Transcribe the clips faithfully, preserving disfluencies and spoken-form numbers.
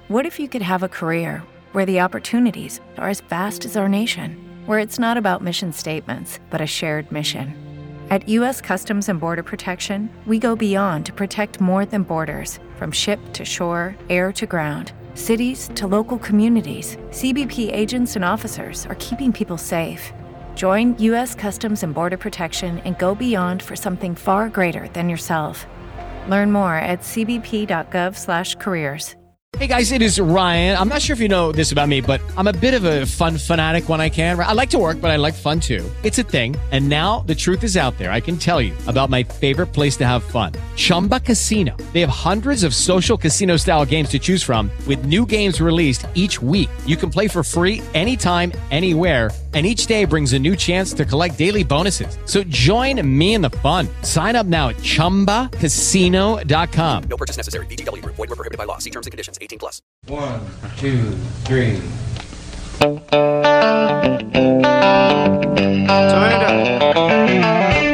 What if you could have a career where the opportunities are as vast as our nation, where it's not about mission statements, but a shared mission? At U S Customs and Border Protection, we go beyond to protect more than borders. From ship to shore, air to ground, cities to local communities, C B P agents and officers are keeping people safe. Join U S Customs and Border Protection and go beyond for something far greater than yourself. Learn more at c b p dot gov slash careers. Hey guys, it is Ryan. I'm not sure if you know this about me, but I'm a bit of a fun fanatic when I can. I like to work, but I like fun too. It's a thing. And now the truth is out there. I can tell you about my favorite place to have fun. Chumba Casino. They have hundreds of social casino style games to choose from with new games released each week. You can play for free anytime, anywhere. And each day brings a new chance to collect daily bonuses. So join me in the fun. Sign up now at chumba casino dot com. No purchase necessary. V G W. Void where prohibited by law. See terms and conditions. eighteen plus. One, two, three. Turn it up.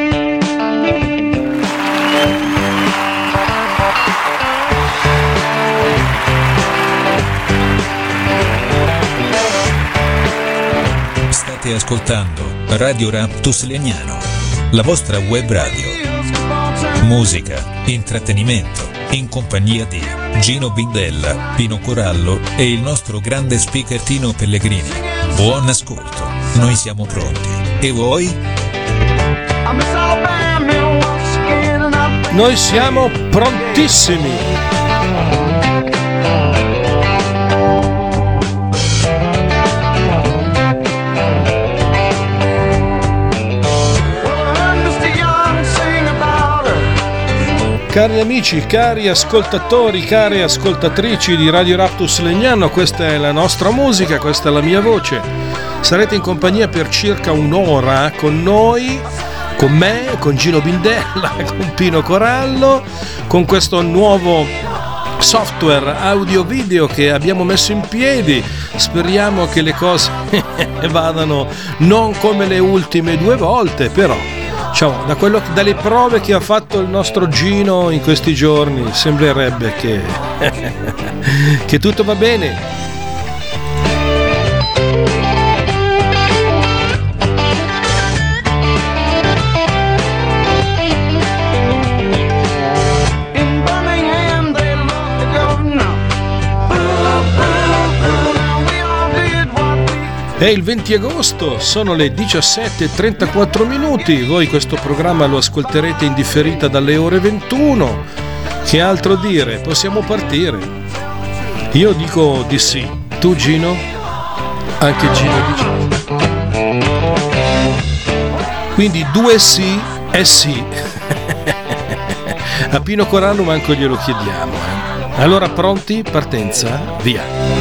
State ascoltando Radio Raptus Legnano, la vostra web radio. Musica, intrattenimento, in compagnia di Gino Bindella, Pino Corallo e il nostro grande speaker Tino Pellegrini. Buon ascolto, noi siamo pronti. E voi? Noi siamo prontissimi. Cari amici, cari ascoltatori, care ascoltatrici di Radio Raptus Legnano, questa è la nostra musica, questa è la mia voce. Sarete in compagnia per circa un'ora con noi, con me, con Gino Bindella, con Pino Corallo, con questo nuovo software audio-video che abbiamo messo in piedi. Speriamo che le cose vadano non come le ultime due volte, però diciamo, da quello, dalle prove che ha fatto il nostro Gino in questi giorni sembrerebbe che, che tutto va bene. È il venti agosto, sono le diciassette e trentaquattro minuti, voi questo programma lo ascolterete in differita dalle ore ventuno. Che altro dire? Possiamo partire? Io dico di sì. Tu Gino? Anche Gino dice. Quindi due sì è sì. A Pino Corallo manco glielo chiediamo. Eh? Allora pronti? Partenza? Via.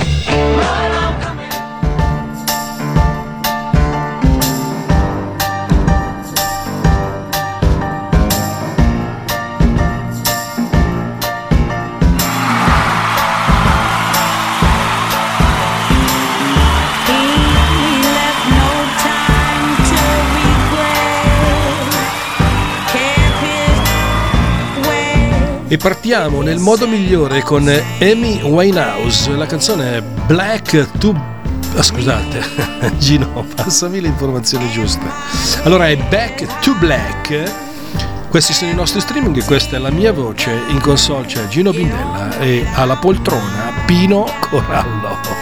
E partiamo nel modo migliore con Amy Winehouse, la canzone è Black to... Ah, scusate, Gino, passami le informazioni giuste. Allora è Back to Black, questi sono i nostri streaming, questa è la mia voce, in console c'è Gino Bindella e alla poltrona Pino Corallo.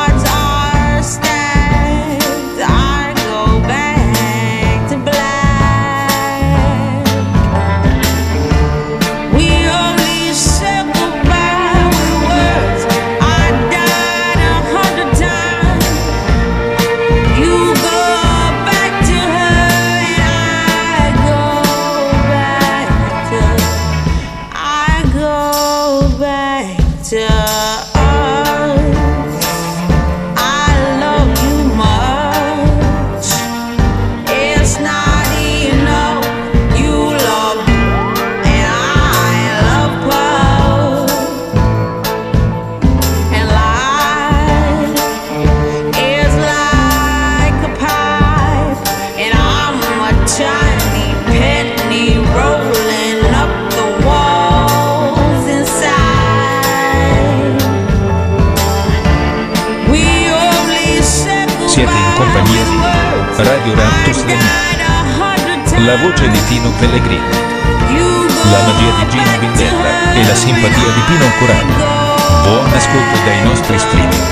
Black Radio Raptus Legnano. La voce di Tino Pellegrini, la magia di Gino Bindella e la simpatia di Pino Corallo. Buon ascolto dai nostri streaming.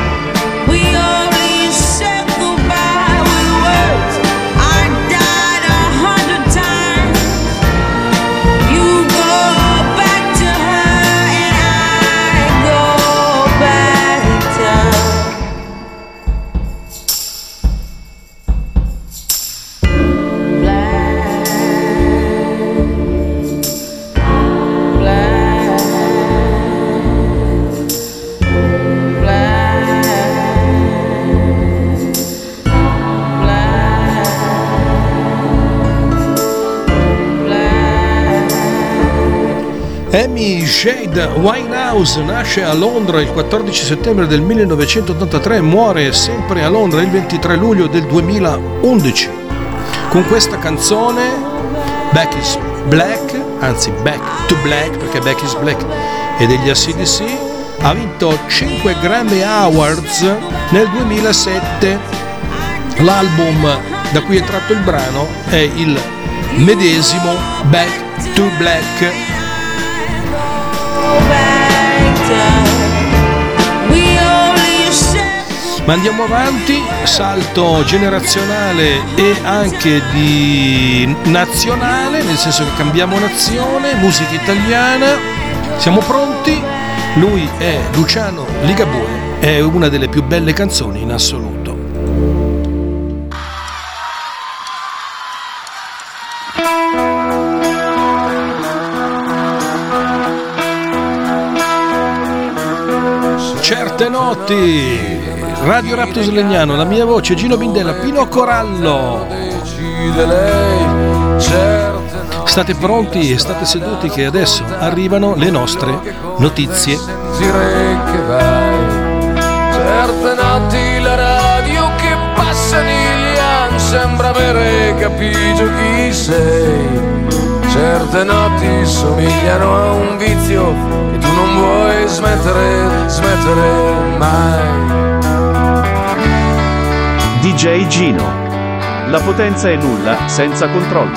Amy Jade Winehouse nasce a Londra il quattordici settembre del millenovecentottantatré e muore sempre a Londra il ventitré luglio del duemilaundici. Con questa canzone Back is Black, anzi Back to Black perché Back is Black è degli A C D C, ha vinto cinque Grammy Awards nel duemilasette. L'album da cui è tratto il brano è il medesimo Back to Black. Ma andiamo avanti, salto generazionale e anche di nazionale, nel senso che cambiamo nazione, musica italiana, siamo pronti? Lui è Luciano Ligabue, è una delle più belle canzoni in assoluto. Certe notti, Radio Raptus Legnano, la mia voce, Gino Bindella, Pino Corallo. State pronti e state seduti che adesso arrivano le nostre notizie. Certe notti la radio che passa negli anni sembra avere capito chi sei. Certe notti somigliano a un vizio che tu non vuoi smettere, smettere mai. D J Gino. La potenza è nulla senza controllo.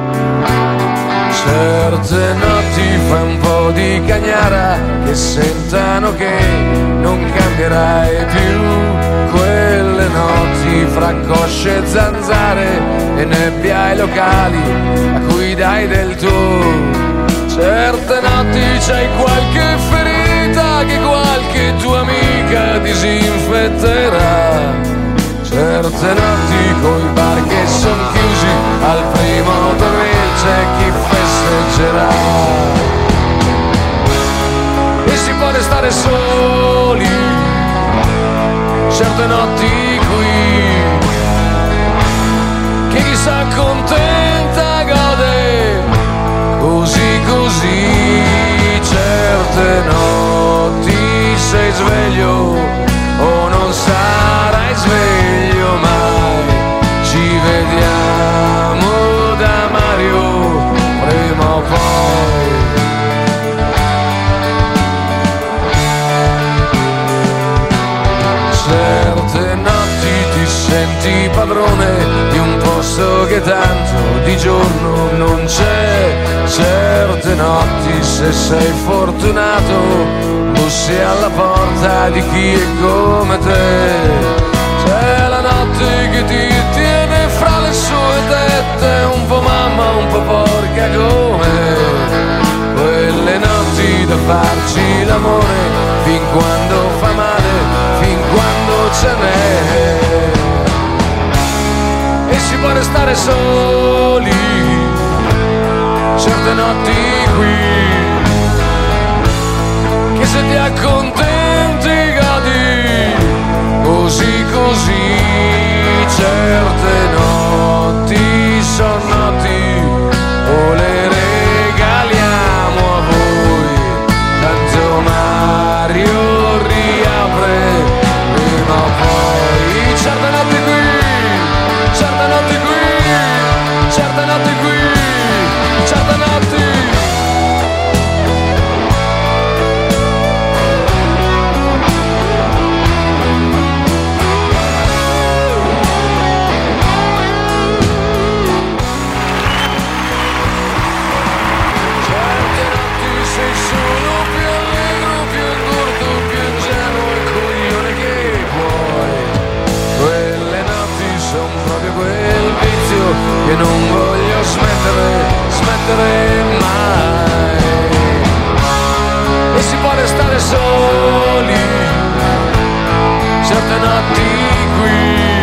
Certe notti fa un po' di cagnara che sentano che non cambierai più. Quelle notti fra cosce e zanzare e nebbia ai locali a cui dai del tu. Certe notti c'hai qualche ferita che qualche tua amica disinfetterà. Certe notti coi bar che son chiusi al primo autogrill c'è chi festeggerà. E si può restare soli certe notti qui, che chi s'accontenta gode così così. Certe notti sei sveglio o non sarai sveglio mai. Ci vediamo da Mario prima o poi. Certe notti ti senti padrone di un posto che tanto di giorno non c'è. Certe notti se sei fortunato bussi alla porta di chi è come te. C'è la notte che ti tiene fra le sue tette, un po' mamma, un po' porca come. Quelle notti da farci l'amore fin quando fa male, fin quando ce n'è. E si può restare soli certe notti qui, che se ti accontenti godi così così. Certe notti son notti o le regaliamo a voi, tanto Mario riapre prima o poi. Certe notti qui, certe notti qui, certe notti qui, certe notti. notti qui,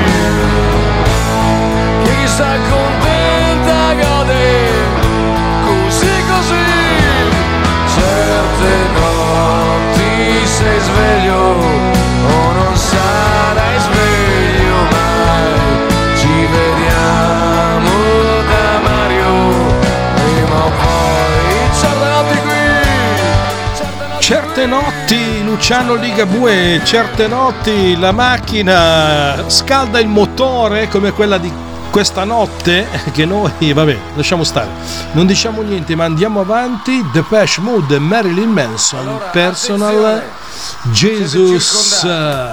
che chi sta contenta gode, così così. Certe notti sei sveglio o non sarai sveglio mai, ci vediamo da Mario prima o poi. Certe notti qui, certe notti, certe notti Luciano Ligabue, certe notti la macchina scalda il motore come quella di questa notte, che noi, vabbè, lasciamo stare, non diciamo niente, ma andiamo avanti. Depeche Mode, Marilyn Manson, allora, Personal Jesus.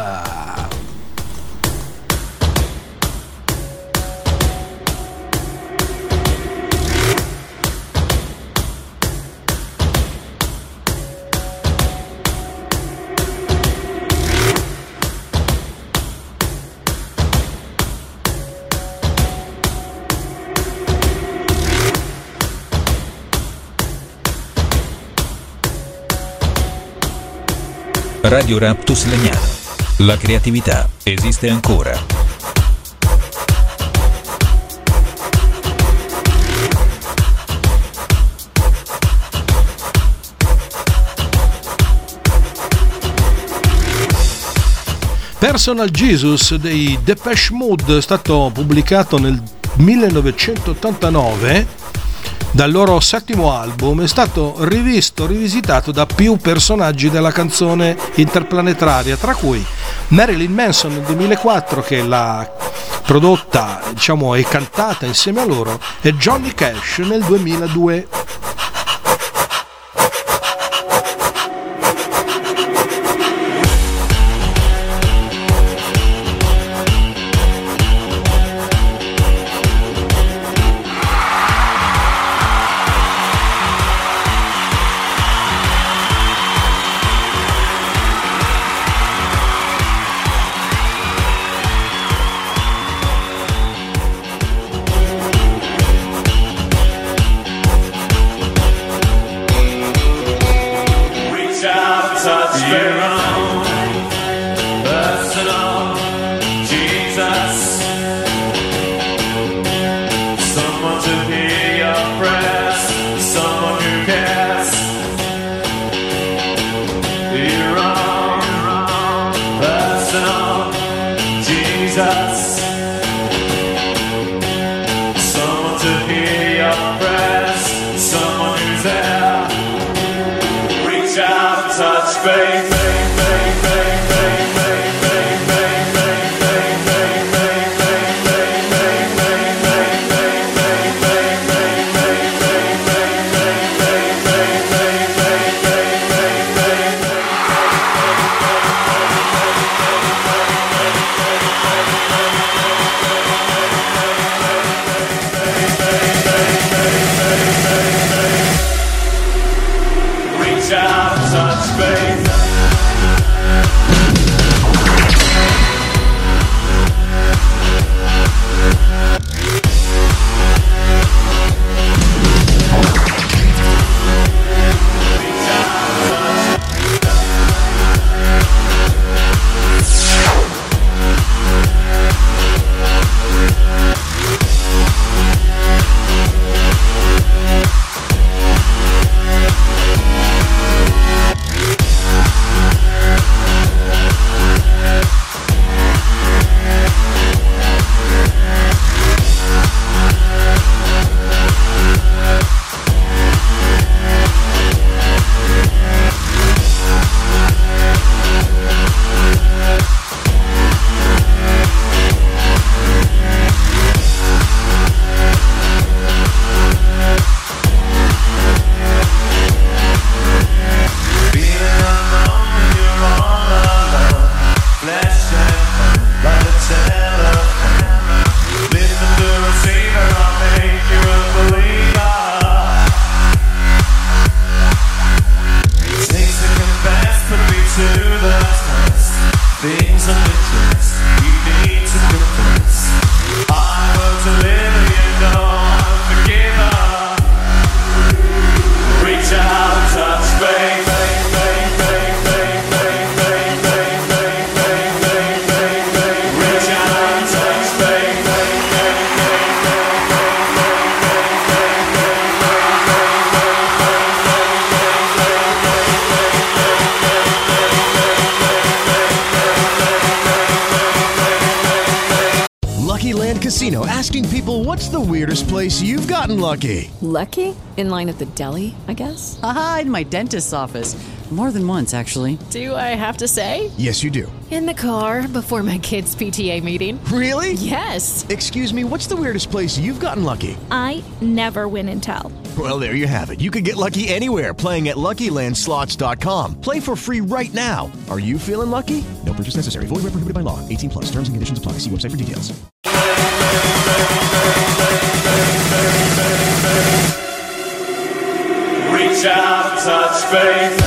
Radio Raptus Legnano. La creatività esiste ancora. Personal Jesus dei Depeche Mode è stato pubblicato nel millenovecentottantanove. Dal loro settimo album, è stato rivisto, rivisitato da più personaggi della canzone interplanetaria, tra cui Marilyn Manson nel duemilaquattro, che l'ha prodotta, diciamo, e cantata insieme a loro, e Johnny Cash nel duemiladue. Land Casino, asking people, what's the weirdest place you've gotten lucky? Lucky? In line at the deli, I guess? Aha, in my dentist's office. More than once, actually. Do I have to say? Yes, you do. In the car before my kids' P T A meeting. Really? Yes. Excuse me, what's the weirdest place you've gotten lucky? I never win and tell. Well, there you have it. You can get lucky anywhere, playing at Lucky Land Slots dot com. Play for free right now. Are you feeling lucky? No purchase necessary. Void where prohibited by law. eighteen plus. Terms and conditions apply. See website for details. Reach out, touch faith.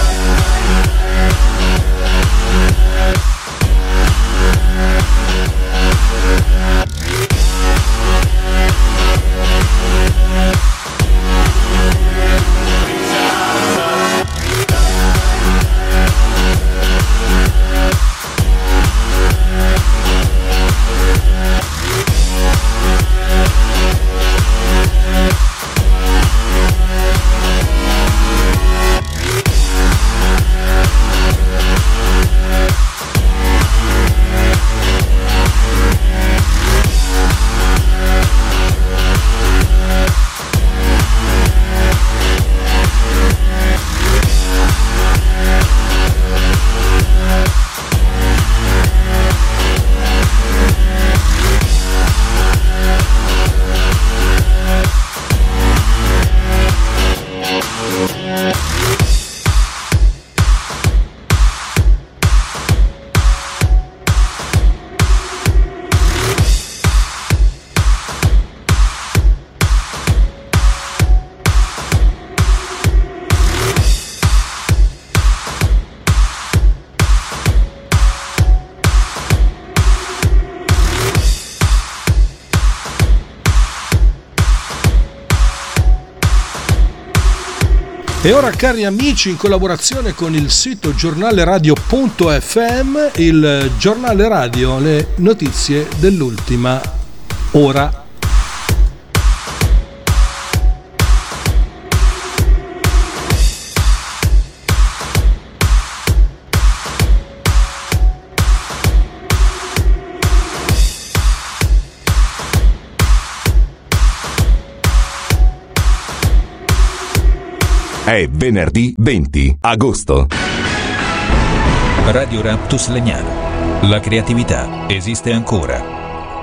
E ora, cari amici, in collaborazione con il sito giornaleradio punto effe emme, il giornale radio, le notizie dell'ultima ora. È venerdì venti agosto. Radio Raptus Legnano. La creatività esiste ancora.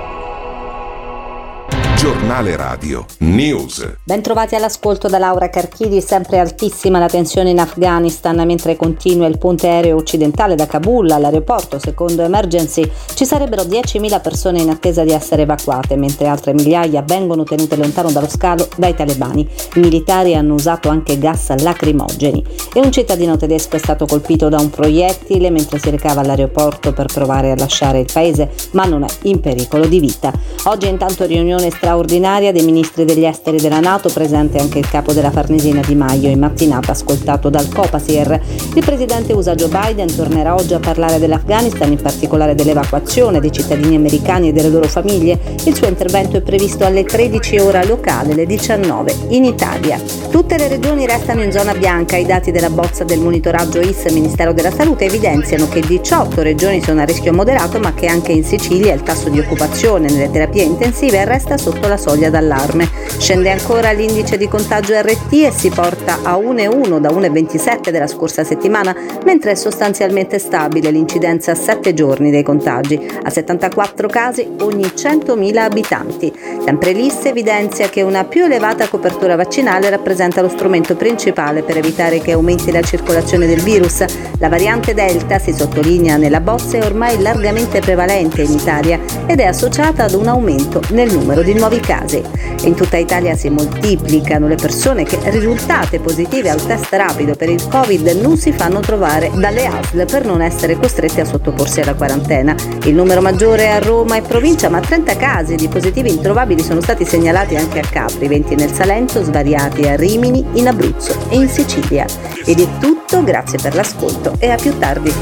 Giornale Radio News. Bentrovati all'ascolto da Laura Carchidi. Sempre altissima la tensione in Afghanistan mentre continua il ponte aereo occidentale da Kabul all'aeroporto. Secondo Emergency ci sarebbero diecimila persone in attesa di essere evacuate, mentre altre migliaia vengono tenute lontano dallo scalo dai talebani. I militari hanno usato anche gas lacrimogeni e un cittadino tedesco è stato colpito da un proiettile mentre si recava all'aeroporto per provare a lasciare il paese, ma non è in pericolo di vita. Oggi intanto riunione straordinaria dei ministri degli esteri della NATO, presente anche il capo della Farnesina Di Maio, in mattinata ascoltato dal Copasir. Il presidente U S A Joe Biden tornerà oggi a parlare dell'Afghanistan, in particolare dell'evacuazione dei cittadini americani e delle loro famiglie. Il suo intervento è previsto alle tredici ora locale, le diciannove in Italia. Tutte le regioni restano in zona bianca. I dati della bozza del monitoraggio I S Ministero della Salute evidenziano che diciotto regioni sono a rischio moderato, ma che anche in Sicilia il tasso di occupazione nelle terapie intensive resta sotto la soglia d'allarme. Scende ancora l'indice di contagio erre ti e si porta a uno virgola uno da uno virgola ventisette della scorsa settimana, mentre è sostanzialmente stabile l'incidenza a sette giorni dei contagi, a settantaquattro casi ogni centomila abitanti. Sempre l'I S evidenzia che una più elevata copertura vaccinale rappresenta lo strumento principale per evitare che aumenti la circolazione del virus. La variante Delta, si sottolinea nella bozza, è ormai largamente prevalente in Italia ed è associata ad un aumento nel numero di nuovi casi. In tutta Italia si moltiplicano le persone che, risultate positive al test rapido per il Covid, non si fanno trovare dalle A S L per non essere costrette a sottoporsi alla quarantena. Il numero maggiore è a Roma e provincia, ma trenta casi di positivi introvabili sono stati segnalati anche a Capri, venti nel Salento, svariati a Rimini, in Abruzzo e in Sicilia. Ed è tutto, grazie per l'ascolto e a più tardi.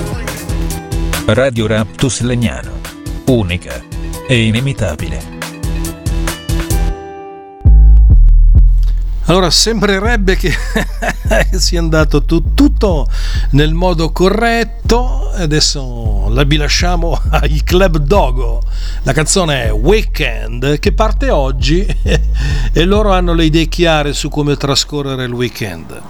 Radio Raptus Legnano. Unica e inimitabile. Allora, Allora sembrerebbe che sia andato tu, tutto nel modo corretto. Adesso la bilasciamo ai Club Dogo. La canzone è Weekend, che parte oggi e loro hanno le idee chiare su come trascorrere il weekend.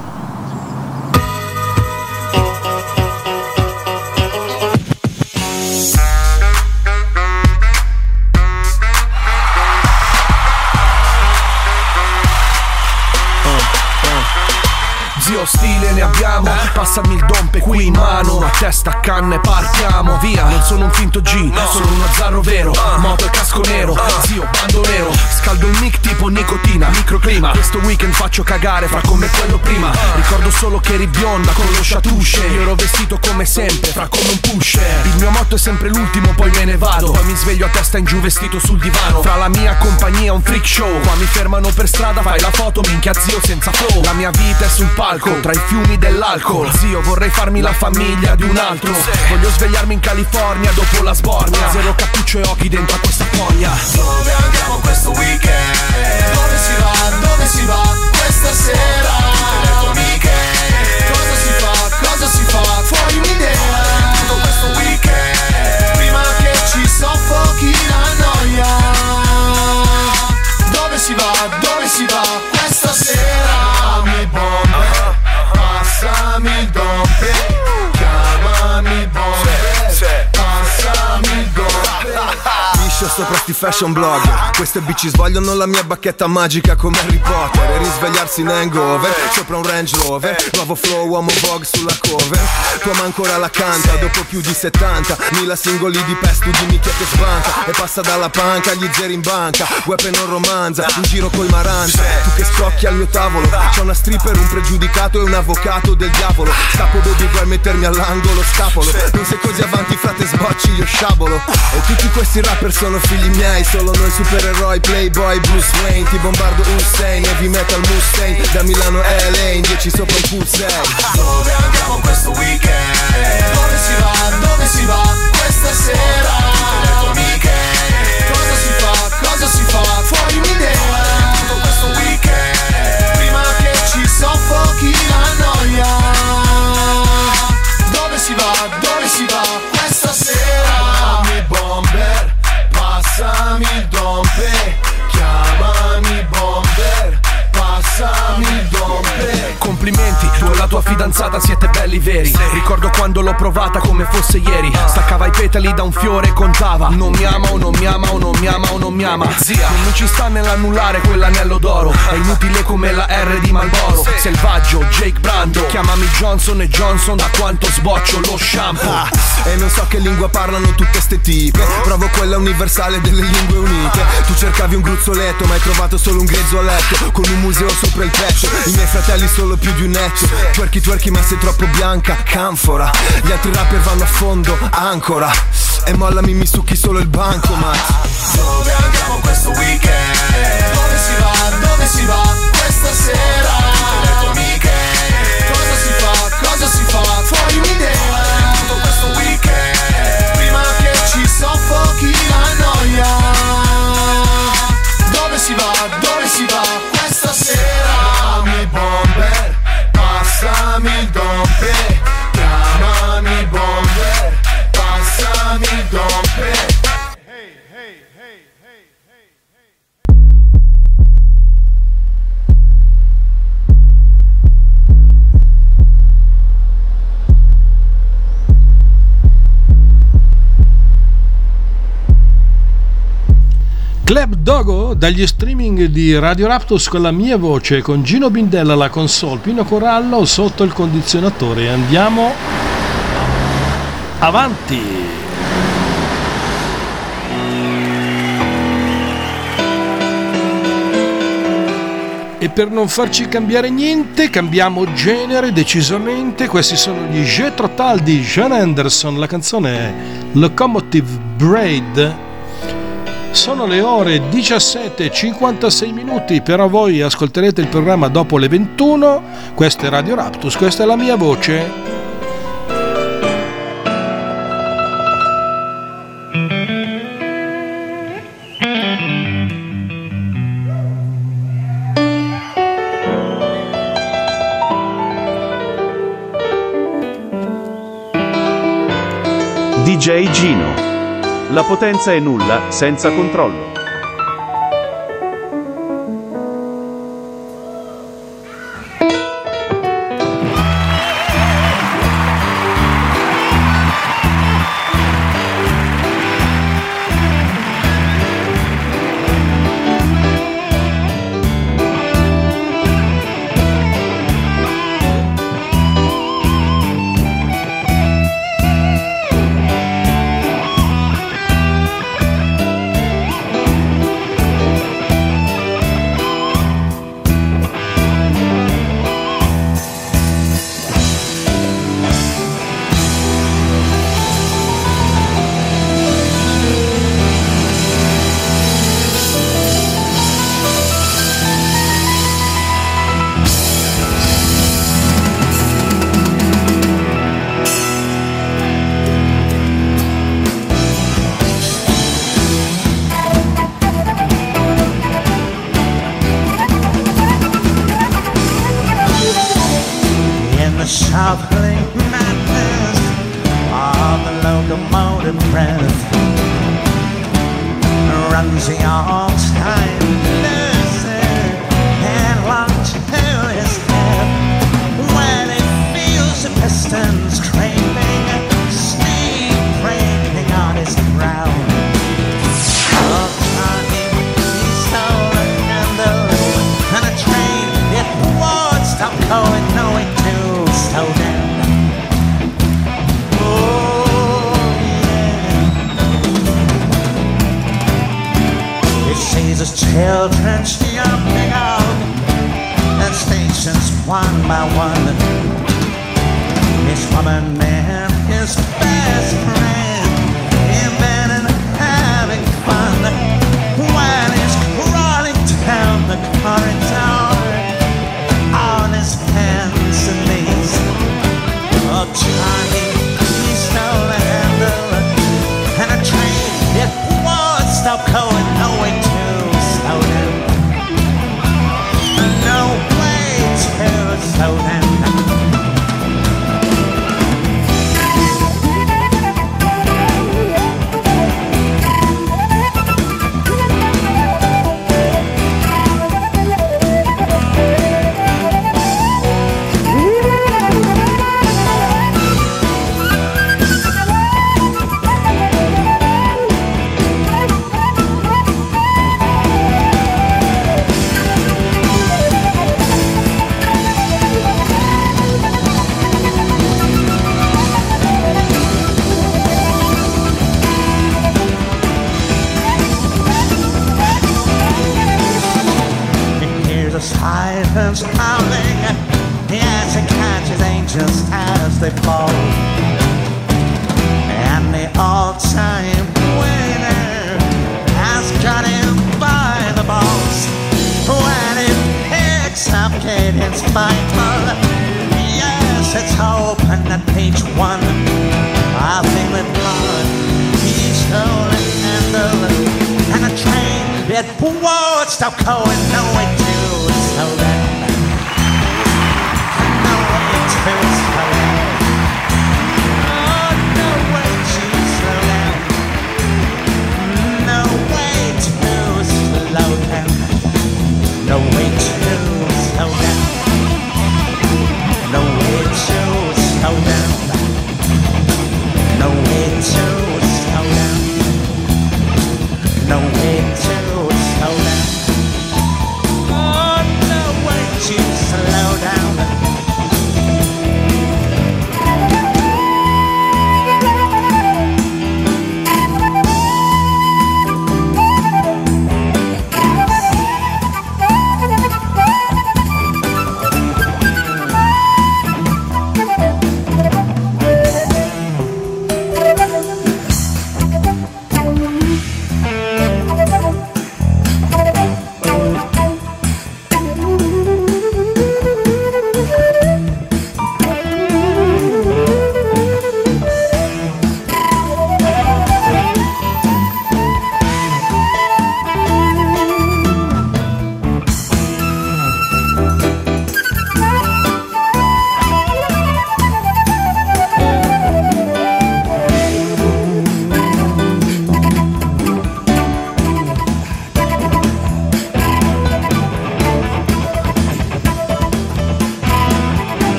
Zio, stile ne abbiamo, passami il dompe qui in mano, a testa a canna e partiamo via. Non sono un finto G, sono un azzarro vero, moto e casco nero, zio, bandolero, scaldo il mic tipo nicotina, microclima. Questo weekend faccio cagare, fra come quello prima. Ricordo solo che eri bionda con lo chatouche, io ero vestito come sempre, fra come un pusher. Il mio motto è sempre l'ultimo, poi me ne vado, poi mi sveglio a testa in giù vestito sul divano. Fra la mia compagnia un freak show, qua mi fermano per strada, fai la foto, minchia zio senza flow. La mia vita è sul palco, tra i fiumi dell'alcol. Zio, vorrei farmi la famiglia di un altro. Voglio svegliarmi in California dopo la sbornia. Zero cappuccio e occhi dentro a questa foglia. Dove andiamo questo weekend? Dove si va? Dove si va? Questa sera tutte le tue amiche. Cosa si fa? Cosa si fa? Fuori un'idea. Tutto questo weekend prima che ci soffochi la noia. Dove si va? Dove si va? Questa sera mi bombe. Passami il dompe, chiamami il bombe, passami il dompe. Liscio sopra sti fashion blogger, queste bici svogliono la mia bacchetta magica come Harry Potter. E risvegliarsi in hangover, sopra un Range Rover, nuovo flow, uomo Vogue sulla cover. Tua ma ancora la canta, dopo più di settanta mila singoli di pest, tu dimmi chi è che sbanca. E passa dalla panca agli zeri in banca, weapon non romanza, in giro col maranta. Tu che scrocchi al mio tavolo, c'è una stripper, un pregiudicato e un avvocato del diavolo. Scappo baby, vuoi mettermi all'angolo, scapolo. Non sei così avanti frate, sbocci, io sciabolo. E tutti questi rapper sono figli miei, solo noi supereroi, playboy, Bruce Wayne. Ti bombardo Hussein, heavy metal Mustang, da Milano a L A, in dieci sopra un pool sei. Dove andiamo questo weekend? Dove si va? Dove si va? Questa sera tutte le tue amiche. Cosa si fa? Cosa si fa? Fuori un'idea. Tutto questo weekend prima che ci soffochi la noia. Dove si va? Dove si va? Questa sera mi bomber. Passami il dompe, chiamami bomber, passami il dompe. Complimenti, tu e la tua fidanzata siete belli veri. Ricordo quando l'ho provata come fosse ieri. Staccava i petali da un fiore e contava. Non mi ama o non mi ama o non mi ama o non mi ama. Zia, non ci sta nell'annullare quell'anello d'oro. È inutile come la R di Marlboro. Selvaggio, Jake Brando, chiamami Johnson e Johnson da quanto sboccio lo shampoo. Ah, e non so che lingua parlano tutte ste tipe, provo quella universale delle lingue unite. Tu cercavi un gruzzoletto ma hai trovato solo un grezzo a letto, con un museo sopra il petto. I miei fratelli solo più di un netto. Twerky twerky ma sei troppo bianca, canfora. Gli altri rapper vanno a fondo, ancora. E mollami mi succhi solo il banco, ma dove andiamo questo weekend? Dove si va? Dove si va? Questa sera tutte le tue amiche. Cosa si fa? Cosa si fa? Fuori un'idea. Tutto questo weekend prima che ci soffochi la noia. Dove si va? Dove si va? Questa sera mi bomber. Passami il dompe, chiamami bomber, passami il dompe. Club Dogo dagli streaming di Radio Raptus con la mia voce, con Gino Bindella alla console, Pino Corallo sotto il condizionatore. Andiamo avanti. E per non farci cambiare niente, cambiamo genere decisamente. Questi sono gli Jethro Tull di Sean Anderson. La canzone è Locomotive Braid. Sono le ore diciassette e cinquantasei minuti, però voi ascolterete il programma dopo le ventuno. Questa è Radio Raptus, questa è la mia voce. D J Gino. La potenza è nulla senza controllo. shuffling madness of the locomotive breath runs the all-time listen and lunge to his head when it feels the pistons trailing, steam breaking on his ground. Oh, Johnny, he stole a handle and a train, it won't stop going, no, it do slow down. Sees his children jumping out at stations one by one. His woman and his best friend in bed and having fun while he's crawling down the corridor on his hands and knees. Oh, Johnny, he stole a handle and a train, it won't stop going, no way to slow down. No way to slow down. Silence howling as he catches angels as they fall, and the all-time winner has got him by the balls when he picks up Gideon's Bible. Yes, it's open at page one. I think that blood he stole a handle and a train that won't stop going, no way to slow down. No way to slow down. Oh, no way to slow down. No way to slow down. No way to slow down. No way to slow down. No way to slow down. No way to slow down. Oh, no way to slow down.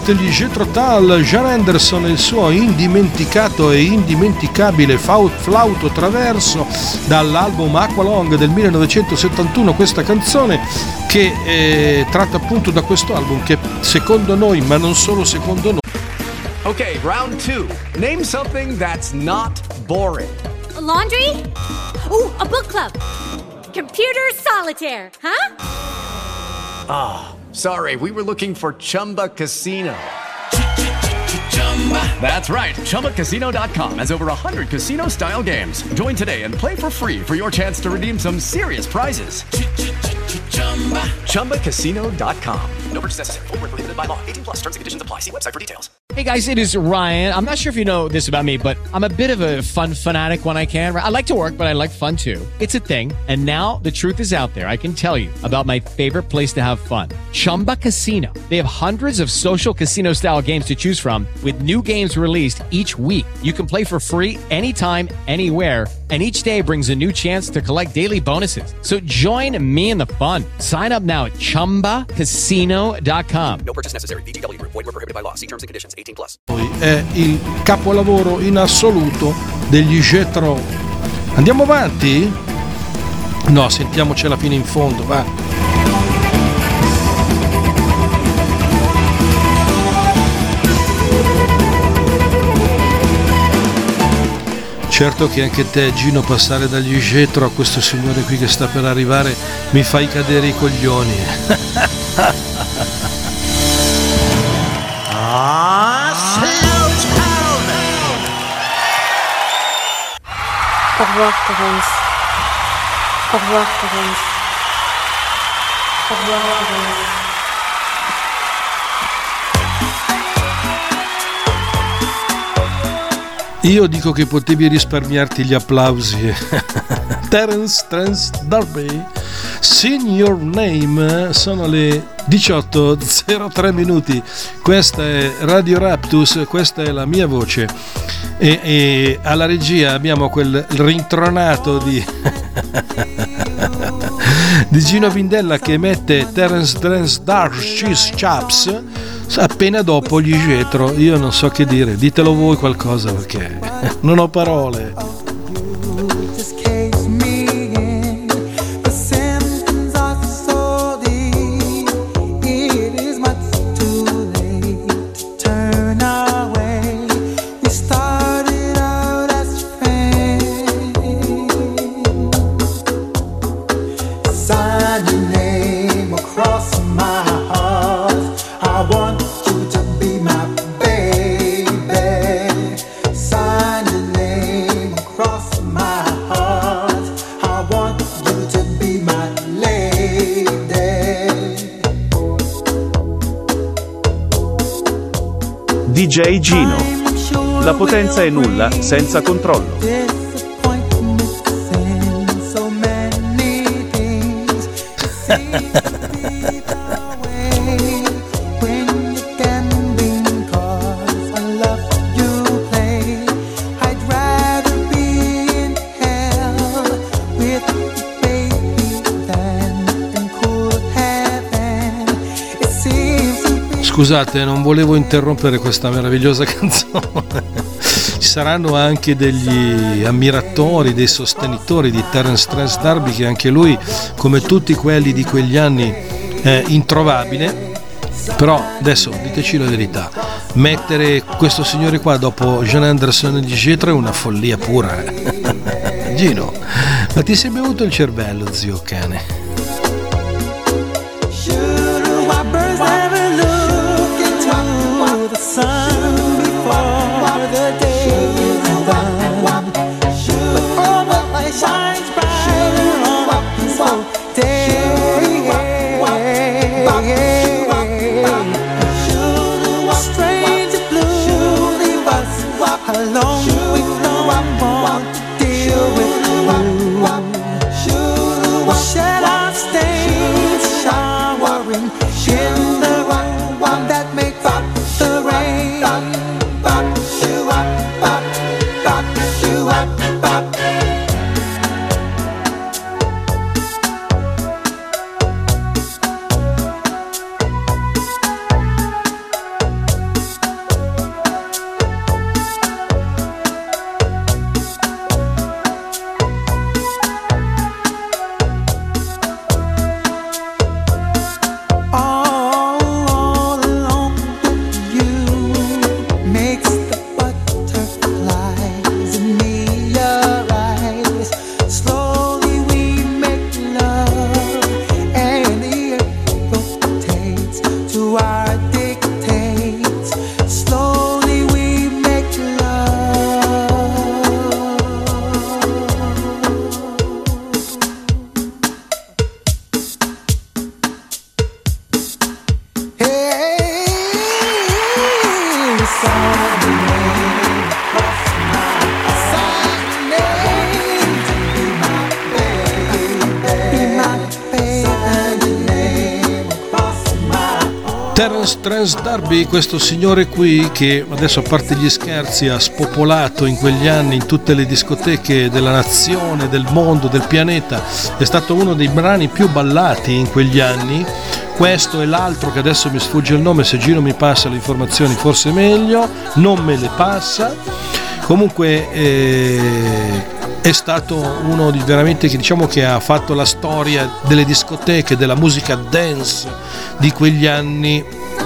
Night, gli Jethro Tull, Jan Anderson e il suo indimenticato e indimenticabile flauto traverso dall'album Aqualung del millenovecentosettantuno, questa canzone che è tratta appunto da questo album che secondo noi, ma non solo secondo noi. Ok, round two. Name something that's not boring. A laundry? Ooh, a book club. Computer solitaire, huh? Ah, oh, sorry, we were looking for Chumba Casino. That's right, Chumba Casino dot com has over one hundred casino-style games. Join today and play for free for your chance to redeem some serious prizes. Chumba Casino dot com. No purchase necessary. Void where prohibited by law. eighteen plus terms and conditions apply. See website for details. Hey guys, it is Ryan. I'm not sure if you know this about me, but I'm a bit of a fun fanatic when I can. I like to work, but I like fun too. It's a thing. And now the truth is out there. I can tell you about my favorite place to have fun. Chumba Casino. They have hundreds of social casino style games to choose from with new games released each week. You can play for free anytime, anywhere. And each day brings a new chance to collect daily bonuses. So join me in the fun. Sign up now at Chumba Casino dot com. No purchase necessary. V G W Group. Void where prohibited by law. See terms and conditions. eighteen plus. È il capolavoro in assoluto degli Jethro. Andiamo avanti? No, sentiamocela fino in fondo, va. Certo che anche te, Gino, passare dagli Jethro a questo signore qui che sta per arrivare mi fai cadere i coglioni. Ah, slow town. Au revoir, Thérèse. Au revoir, Thérèse. Au revoir, Thérèse. Io dico che potevi risparmiarti gli applausi. Terence Trans D'Arby, Sing Your Name. Sono le diciotto e zero tre minuti. Questa è Radio Raptus, questa è la mia voce. E, e alla regia abbiamo quel rintronato di di Gino Bindella che mette Terence Trans D'Arby Chaps appena dopo gli Jethro. Io non so che dire, ditelo voi qualcosa perché non ho parole. D J Gino. La potenza è nulla senza controllo. Scusate, non volevo interrompere questa meravigliosa canzone. Ci saranno anche degli ammiratori, dei sostenitori di Terence Trans D'Arby, che anche lui, come tutti quelli di quegli anni, è introvabile. Però adesso diteci la verità, mettere questo signore qua dopo Jan Anderson e gli Jethro è una follia pura. Gino, ma ti sei bevuto il cervello, zio cane? Sun before the day is done, but all the light shines bright on this whole day. Strange blue, he was alone with no one to deal with you. Shed our stains, showering in the one that makes up the rain. Lance Trance D'Arby, questo signore qui che adesso, a parte gli scherzi, ha spopolato in quegli anni in tutte le discoteche della nazione, del mondo, del pianeta, è stato uno dei brani più ballati in quegli anni. Questo e l'altro che adesso mi sfugge il nome, se Gino mi passa le informazioni forse meglio, non me le passa. Comunque eh, è stato uno di veramente che diciamo che ha fatto la storia delle discoteche, della musica dance di quegli anni.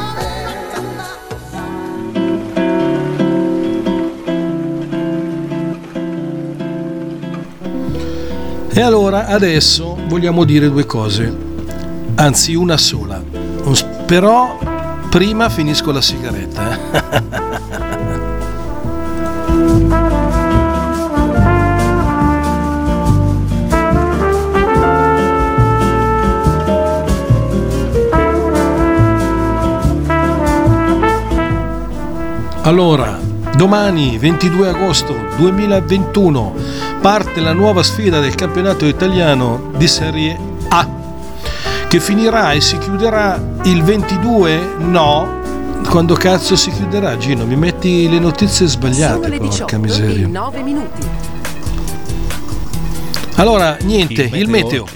E allora adesso vogliamo dire due cose. Anzi, una sola, però prima finisco la sigaretta. Eh? Allora, domani ventidue agosto duemilaventuno parte la nuova sfida del campionato italiano di Serie A, che finirà e si chiuderà il ventidue? No, quando cazzo si chiuderà? Gino, mi metti le notizie sbagliate, porca miseria. nove minuti. Allora, niente, il meteo. Il meteo.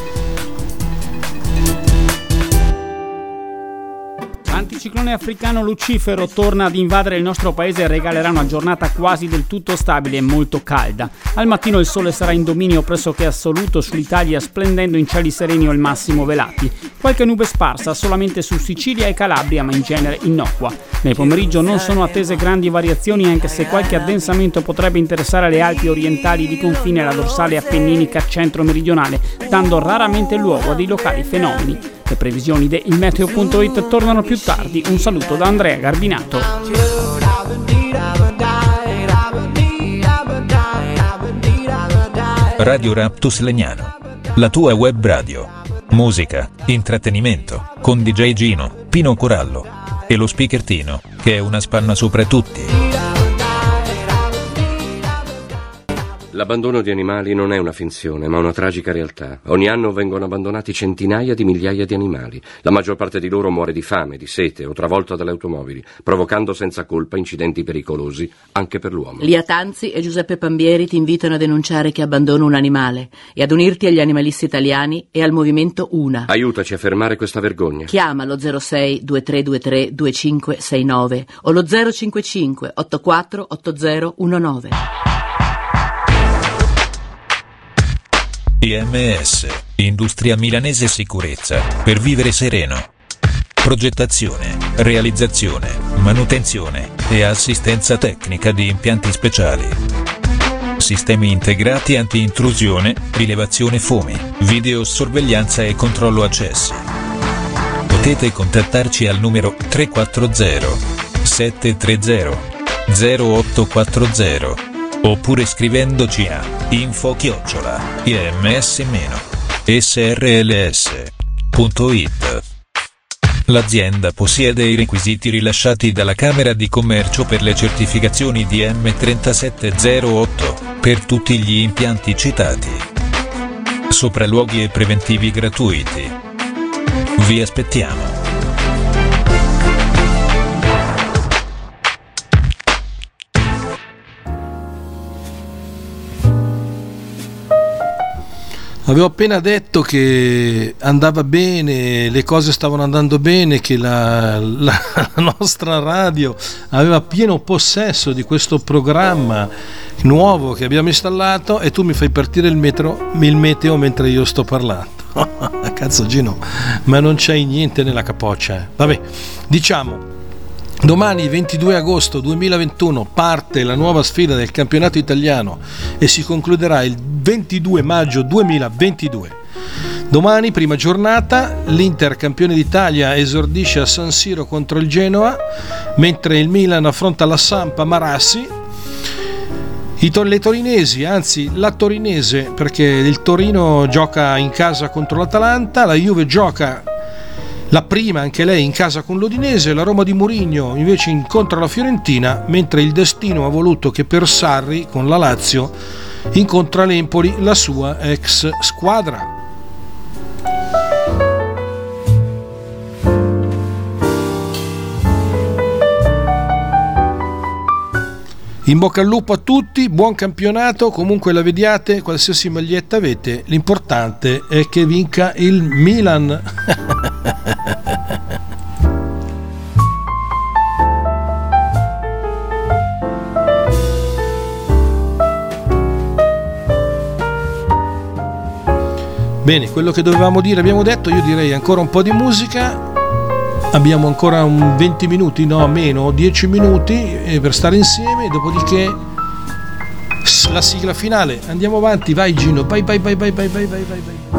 L'anticiclone africano Lucifero torna ad invadere il nostro paese e regalerà una giornata quasi del tutto stabile e molto calda. Al mattino il sole sarà in dominio pressoché assoluto sull'Italia, splendendo in cieli sereni o al massimo velati. Qualche nube sparsa solamente su Sicilia e Calabria, ma in genere innocua. Nel pomeriggio non sono attese grandi variazioni, anche se qualche addensamento potrebbe interessare le Alpi orientali di confine e la dorsale appenninica centro-meridionale, dando raramente luogo a dei locali fenomeni. Le previsioni di il meteo punto it tornano più tardi. Un saluto da Andrea Garbinato. Radio Raptus Legnano, la tua web radio. Musica, intrattenimento, con D J Gino, Pino Corallo e lo speaker Tino, che è una spanna sopra tutti. L'abbandono di animali non è una finzione, ma una tragica realtà. Ogni anno vengono abbandonati centinaia di migliaia di animali. La maggior parte di loro muore di fame, di sete o travolta dalle automobili, provocando senza colpa incidenti pericolosi anche per l'uomo. Lia Tanzi e Giuseppe Pambieri ti invitano a denunciare chi abbandona un animale e ad unirti agli animalisti italiani e al movimento Una. Aiutaci a fermare questa vergogna. Chiama lo zero sei due tre due tre due cinque sei nove o lo zero cinque cinque otto quattro otto zero uno nove. I M S, Industria Milanese Sicurezza, per vivere sereno. Progettazione, realizzazione, manutenzione e assistenza tecnica di impianti speciali. Sistemi integrati anti-intrusione, rilevazione fumi, videosorveglianza e controllo accessi. Potete contattarci al numero tre quattro zero sette tre zero zero otto quattro zero oppure scrivendoci a info chiocciola ims srls punto it. L'azienda possiede i requisiti rilasciati dalla Camera di Commercio per le certificazioni D M trentasette zero otto per tutti gli impianti citati. Sopralluoghi e preventivi gratuiti. Vi aspettiamo. Avevo appena detto che andava bene, le cose stavano andando bene, che la, la nostra radio aveva pieno possesso di questo programma nuovo che abbiamo installato e tu mi fai partire il, metro, il meteo mentre io sto parlando. Cazzo Gino, ma non c'hai niente nella capoccia. Eh. Vabbè, diciamo... Domani ventidue agosto duemilaventuno parte la nuova sfida del campionato italiano e si concluderà il ventidue maggio duemilaventidue. Domani, prima giornata, l'Inter campione d'Italia esordisce a San Siro contro il Genoa, mentre il Milan affronta la Samp a Marassi. I to- le torinesi, anzi la torinese, perché il Torino gioca in casa contro l'Atalanta, la Juve gioca la prima anche lei in casa con l'Udinese, la Roma di Mourinho invece incontra la Fiorentina, mentre il destino ha voluto che per Sarri con la Lazio incontra l'Empoli, la sua ex squadra. In bocca al lupo a tutti, buon campionato, comunque la vediate, qualsiasi maglietta avete, l'importante è che vinca il Milan. Bene, quello che dovevamo dire abbiamo detto, io direi ancora un po' di musica. Abbiamo ancora un venti minuti, no meno, dieci minuti per stare insieme, dopodiché la sigla finale. Andiamo avanti, vai Gino, vai vai vai vai vai vai vai vai.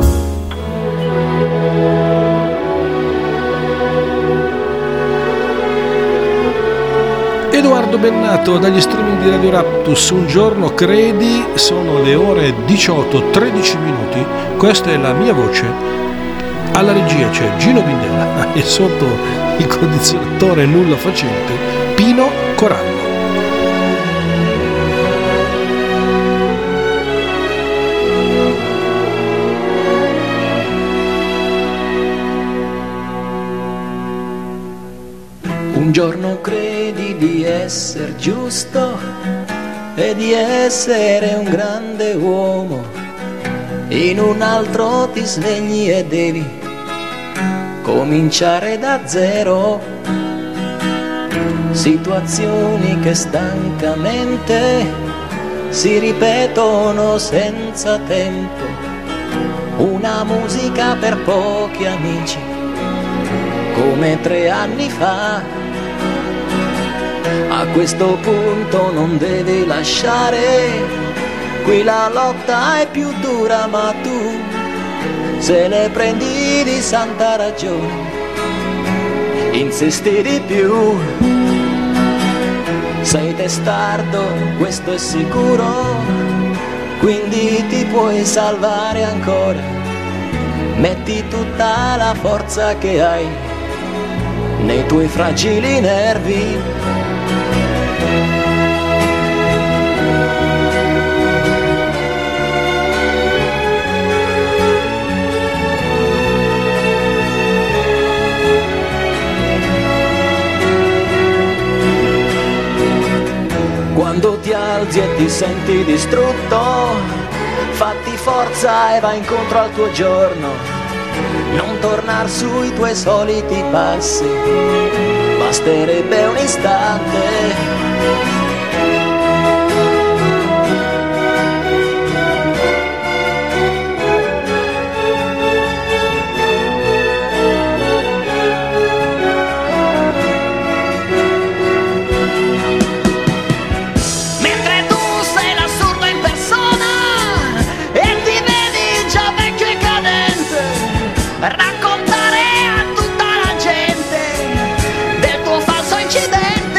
Edoardo Bennato dagli streaming di Radio Raptus, un giorno credi, sono le ore diciotto tredici minuti, questa è la mia voce. Alla regia c'è Gino Bindella e sotto il condizionatore nulla facente Pino Corallo. Un giorno credi di essere giusto e di essere un grande uomo, in un altro ti svegli e devi cominciare da zero. Situazioni che stancamente si ripetono senza tempo, una musica per pochi amici come tre anni fa. A questo punto non devi lasciare, qui la lotta è più dura, ma tu se ne prendi di santa ragione, insisti di più. Sei testardo, questo è sicuro, quindi ti puoi salvare ancora. Metti tutta la forza che hai nei tuoi fragili nervi. Quando ti alzi e ti senti distrutto, fatti forza e vai incontro al tuo giorno. Non tornar sui tuoi soliti passi, basterebbe un istante. Raccontare a tutta la gente del tuo falso incidente,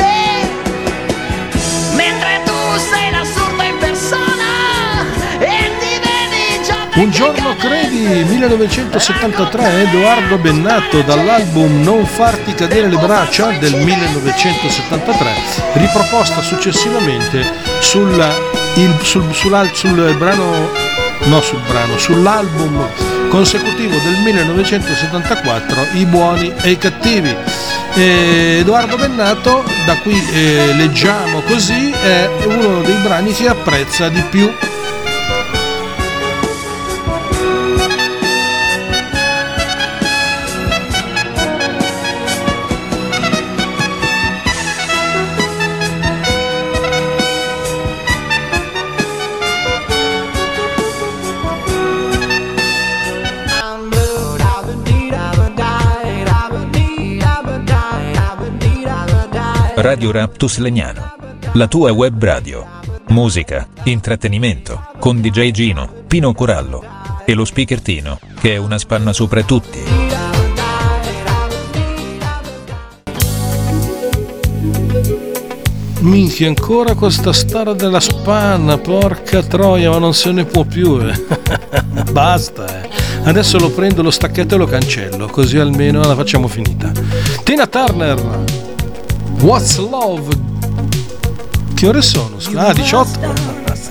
mentre tu sei l'assurdo in persona e ti vedi già. Un giorno credi, millenovecentosettantatré, Edoardo Bennato, dall'album Non farti cadere le braccia del millenovecentosettantatré, riproposta successivamente sul, il, sul, sul, sul brano, no sul brano, sull'album consecutivo del millenovecentosettantaquattro, I buoni e i cattivi. Eh, Edoardo Bennato, da qui eh, leggiamo così, è uno dei brani che apprezza di più. Radio Raptus Legnano, la tua web radio. Musica, intrattenimento, con D J Gino, Pino Corallo e lo speaker Tino, che è una spanna sopra tutti. Minchia, ancora questa storia della spanna, porca troia, ma non se ne può più, eh. Basta, eh. Adesso lo prendo, lo stacchetto e lo cancello, così almeno la facciamo finita. Tina Turner, What's Love? Che ore sono? Ah, diciotto?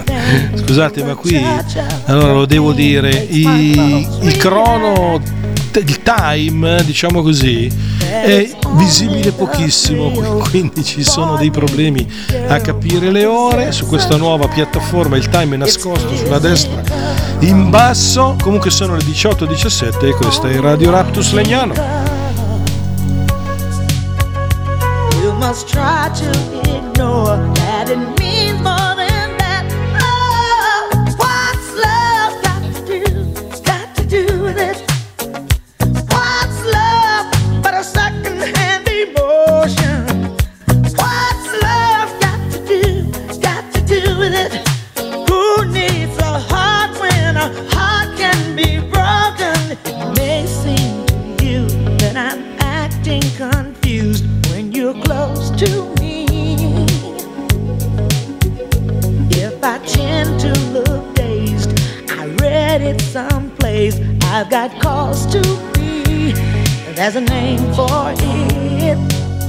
Scusate, ma qui allora lo devo dire, i, il crono il time, diciamo così, è visibile pochissimo, quindi ci sono dei problemi a capire le ore. Su questa nuova piattaforma il time è nascosto sulla destra in basso. Comunque sono le diciotto e diciassette e questa è Radio Raptus Legnano. You must try to ignore that it means more than that. Oh, what's love got to do, got to do with it? What's love but a second-hand emotion? What's love got to do, got to do with it? Who needs a heart when a heart can be broken? It may seem to you that I'm acting confused when you're close to me. If I tend to look dazed, I read it someplace, I've got cause to be. There's a name for it.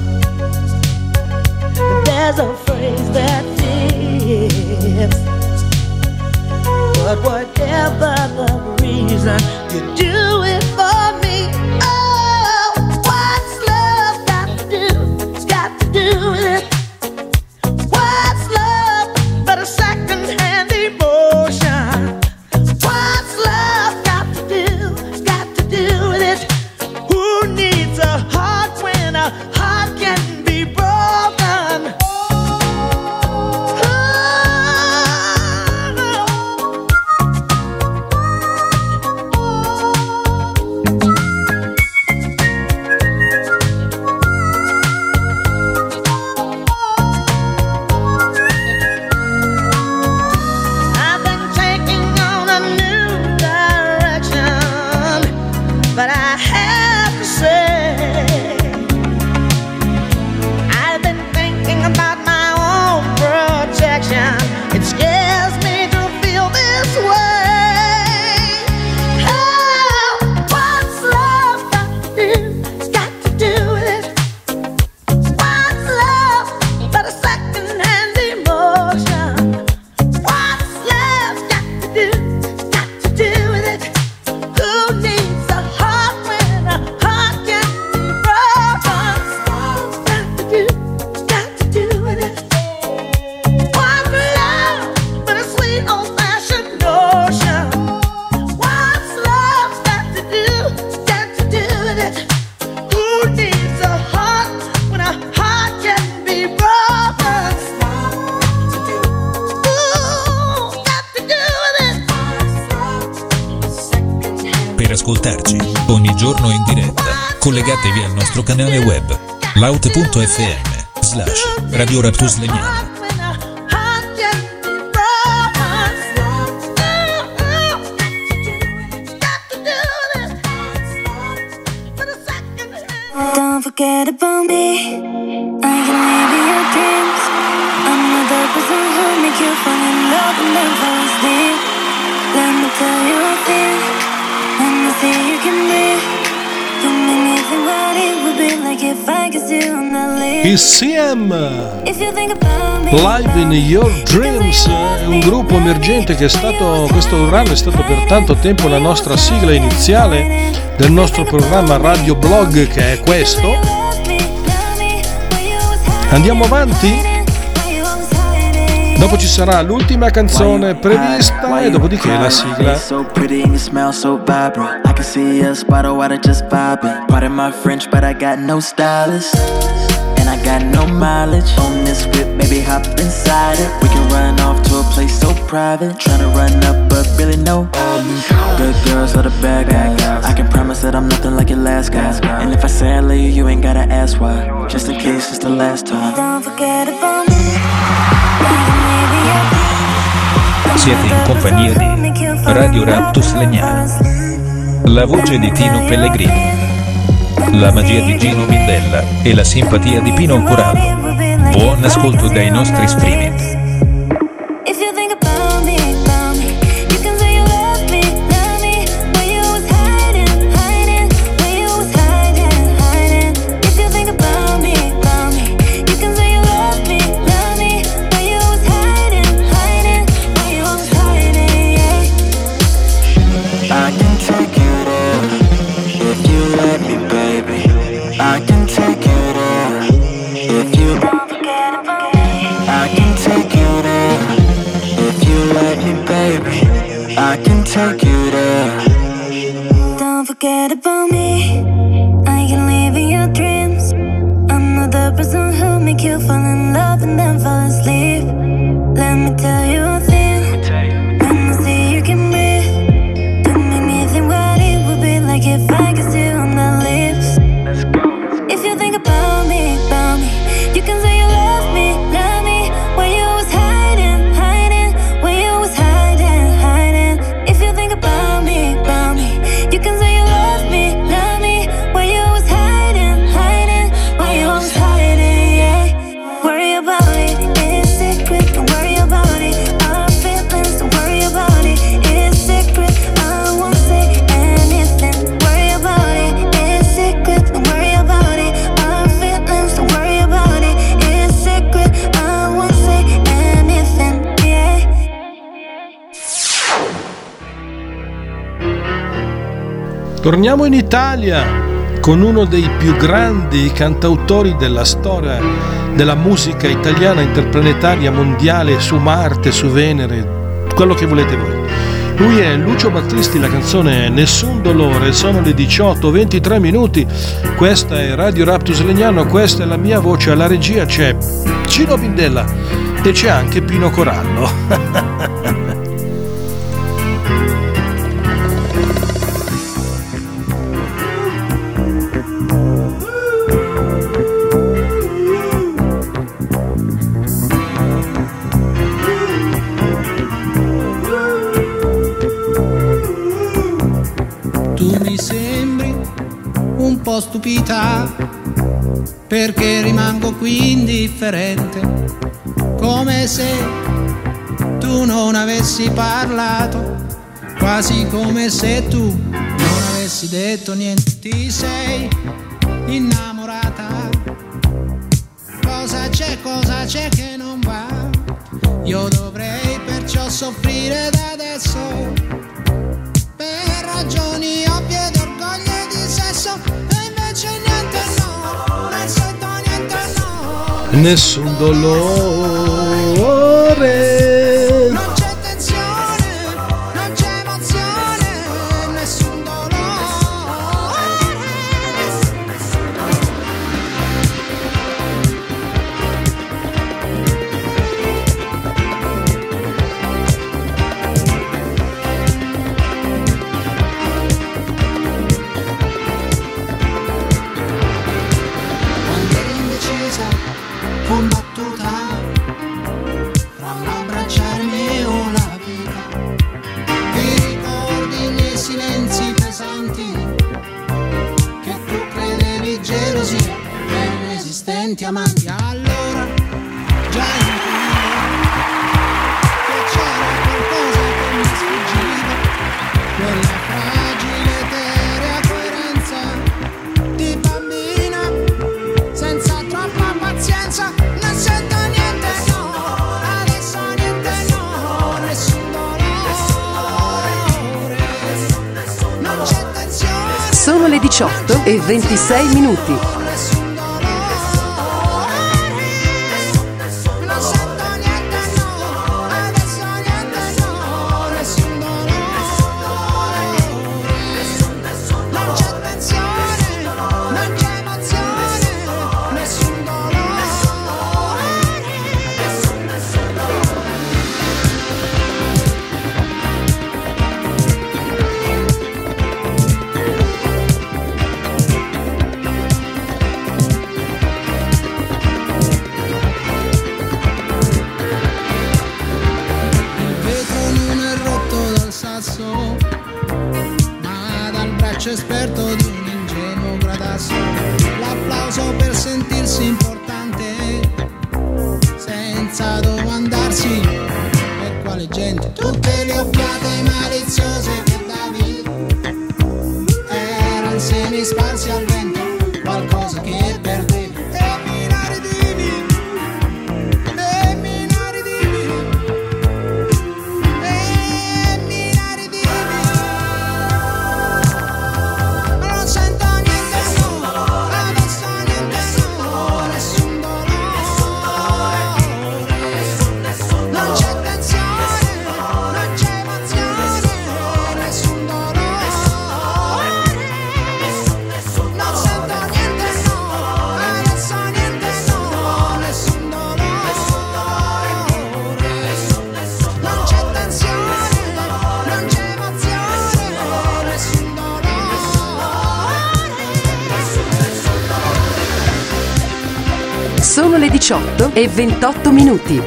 There's a phrase that fits. But whatever the reason, you do it for me. Oh, what's love got to do? It's got to do with it. What's love but a second-hand emotion? What's love got to do? Got to do with it. Who needs a heart when a heart can be broken? I've been taking on a new direction, but I have to say, I've been thinking about my own protection. It scares me to feel this way. Oh, what's love got to do? Got to do with it. What's love but a second-hand emotion? What's love got to do? Got to do with it. Who needs a heart when a heart can be broken? What's got to do? Got to do with it. What's love but a sweet old-fashioned notion? What's love got to do? Got to do with it. Who needs a heart when a heart can be broken? Ooh, got to do with it. Per ascoltarci ogni giorno in diretta, collegatevi al nostro canale web laut punto effe emme slash Radio Raptus Legnano. Don't forget about me. I can live in your dreams. I'm not the person who make you fall in love and then fall asleep. Let me tell you a thing. Let me see you can breathe. Don't make me think what it would be like if I could see you on that list. I C M If you think about me, Live in Your Dreams è un gruppo emergente che è stato, questo programma è stato per tanto tempo la nostra sigla iniziale del nostro programma Radio Blog, che è questo. Andiamo avanti. Dopo ci sarà l'ultima canzone prevista e dopodiché la sigla. So pretty and you smell so vibrant. I can see us by the water just vibing. Pardon my French, but I got no stylist. And I got no mileage on this whip, maybe hop inside it. We can run off to a place so private. Tryna run up, but really no. Good girls are the bad guys. I can promise that I'm nothing like your last guy. And if I say I love you, you ain't gotta ask why. Just in case it's the last time. don't forget about me. Siete in compagnia di Radio Raptus Legnano. La voce di Tino Pellegrini, la magia di Gino Bindella e la simpatia di Pino Corallo. Buon ascolto dai nostri streaming. If you think about me, about me, you can say you love me, love me. Where you was hiding, hiding. Where you was hiding, hiding. If you think about me, about me, you can say you love me, love me. Where you was hiding, hiding. Where you was hiding, yeah. I can take you there if me, baby, I can take you there. Don't forget about me, I can live in your dreams. I'm not the person who make you fall in love and then fall asleep. Let me tell you a thing, when I see you can breathe, you make me think what it would be like if I kissed you on the lips. If you think about me, about me, you can say you love me, love me, when you was hiding, hiding, when you was hiding, hiding. If you think about me, about me, you can say you love me, love me, when you was hiding, hiding, when you was hiding, yeah. Worry about it, it's secret, don't worry about it. Our feelings, don't worry about it, it's secret, I won't say anything. Worry about it, it's secret, don't worry about it. Our feelings, don't worry about it, it's secret, I won't say anything, yeah. Torniamo in Italia con uno dei più grandi cantautori della storia della musica italiana interplanetaria mondiale, su Marte, su Venere, quello che volete voi. Lui è Lucio Battisti, la canzone è Nessun dolore, sono le diciotto e ventitré minuti, questa è Radio Raptus Legnano, questa è la mia voce, alla regia c'è Gino Bindella e c'è anche Pino Corallo. Tu mi sembri un po' stupita, perché rimango qui indifferente, come se tu non avessi parlato, quasi come se tu non avessi detto niente. Ti sei innamorata, cosa c'è, cosa c'è che non va? Io dovrei perciò soffrire da adesso, per ragioni ovvie d'orgoglio e di sesso, e invece niente, no, non sento niente, no. Nessun dolore. Non c'è tensione, non c'è emozione, nessun dolore. Combattuta fra l'abbracciarmi o la vita, ti ricordi i miei silenzi pesanti, che tu credevi gelosi per inesistenti amanti. Allora già intuivo che c'era qualcosa che mi sfuggiva, quella fragile eterea coerenza di bambina senza troppa pazienza. Non sento niente, no, adesso niente, no, nessun dolore, non c'è tensione. Sono le diciotto e ventisei minuti. Nessun dolore, non sento niente, no, adesso niente, no, nessun dolore, non c'è tensione, non c'è emozione, nessun dolore. Il vetro non è rotto dal sasso, ma dal braccio esperto di un ingenuo gradasso. L'applauso per sentirsi importante, senza domandarsi per quale gente. Tutte le occhiate maliziose che davi erano semi sparsi al vento, qualcosa che perdevi. E mi inaridivi, e mi inaridivi, e mi inaridivi. Non sento niente, no, adesso niente, no, nessun dolore. Non c'è tensione, non diciotto e ventotto minuti.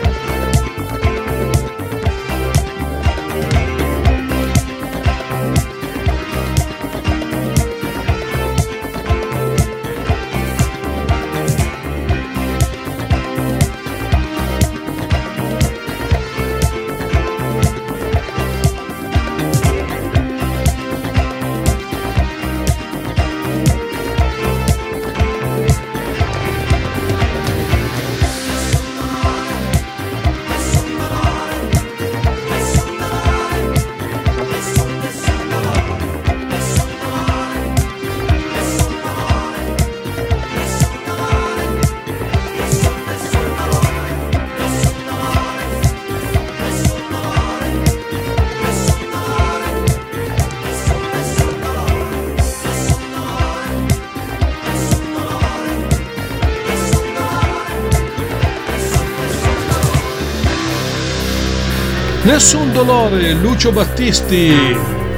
Nessun dolore, Lucio Battisti.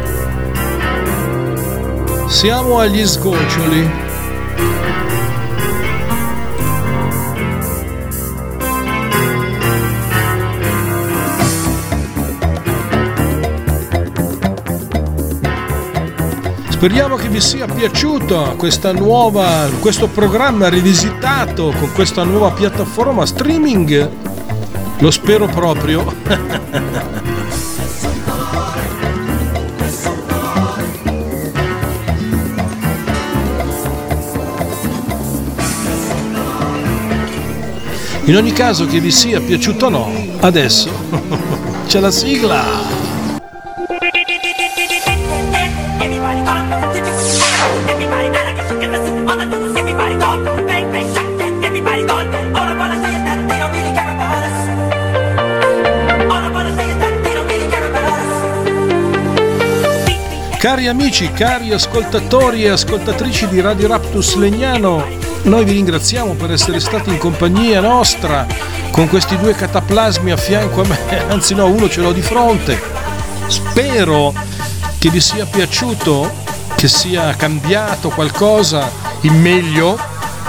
Siamo agli sgoccioli. Speriamo che vi sia piaciuto questa nuova, questo programma rivisitato con questa nuova piattaforma streaming. Lo spero proprio. In ogni caso, che vi sia piaciuto o no, adesso c'è la sigla. Cari amici, cari ascoltatori e ascoltatrici di Radio Raptus Legnano, noi vi ringraziamo per essere stati in compagnia nostra con questi due cataplasmi a fianco a me, anzi no, uno ce l'ho di fronte. Spero che vi sia piaciuto, che sia cambiato qualcosa in meglio.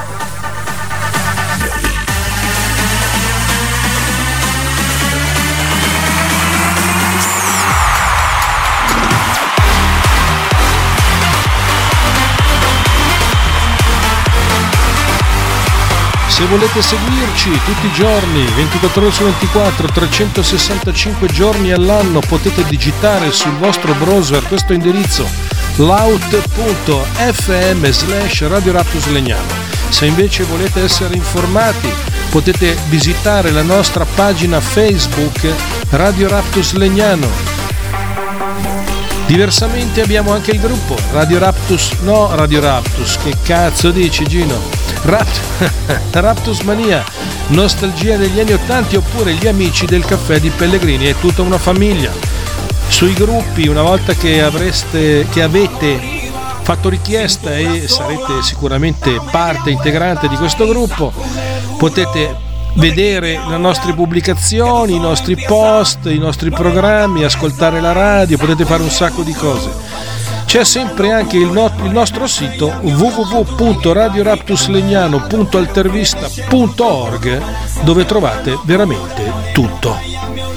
Se volete seguirci tutti i giorni, ventiquattro ore su ventiquattro, trecentosessantacinque giorni all'anno, potete digitare sul vostro browser questo indirizzo laut punto effe emme slash Radio Raptus Legnano. Se invece volete essere informati, potete visitare la nostra pagina Facebook Radio Raptus Legnano. Diversamente abbiamo anche il gruppo Radio Raptus, no Radio Raptus, che cazzo dici Gino? Rapt- Raptus Mania, Nostalgia degli anni ottanta, oppure Gli amici del caffè di Pellegrini, è tutta una famiglia. Sui gruppi, una volta che avreste che avete fatto richiesta e sarete sicuramente parte integrante di questo gruppo, potete vedere le nostre pubblicazioni, i nostri post, i nostri programmi, ascoltare la radio, potete fare un sacco di cose. C'è sempre anche il, no- il nostro sito w w w punto radio raptus legnano punto altervista punto org, dove trovate veramente tutto.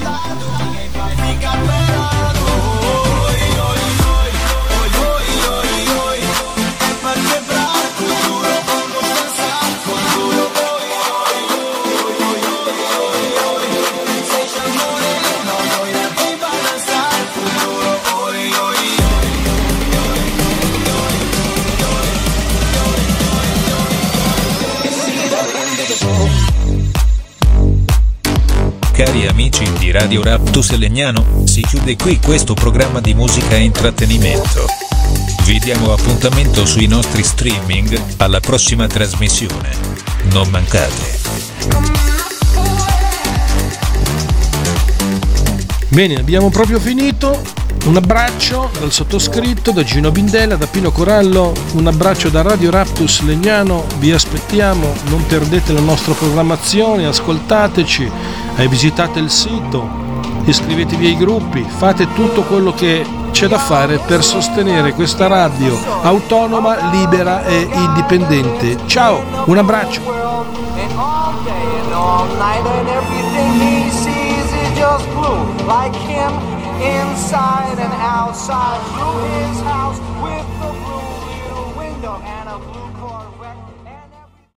Cari amici di Radio Raptus Legnano, si chiude qui questo programma di musica e intrattenimento. Vi diamo appuntamento sui nostri streaming alla prossima trasmissione. Non mancate. Bene, abbiamo proprio finito. Un abbraccio dal sottoscritto, da Gino Bindella, da Pino Corallo, un abbraccio da Radio Raptus Legnano, vi aspettiamo, non perdete la nostra programmazione, ascoltateci, eh, visitate il sito, iscrivetevi ai gruppi, fate tutto quello che c'è da fare per sostenere questa radio autonoma, libera e indipendente. Ciao, un abbraccio! all night, and everything he sees is just blue, like him inside and outside, through his house with a blue little window and a blue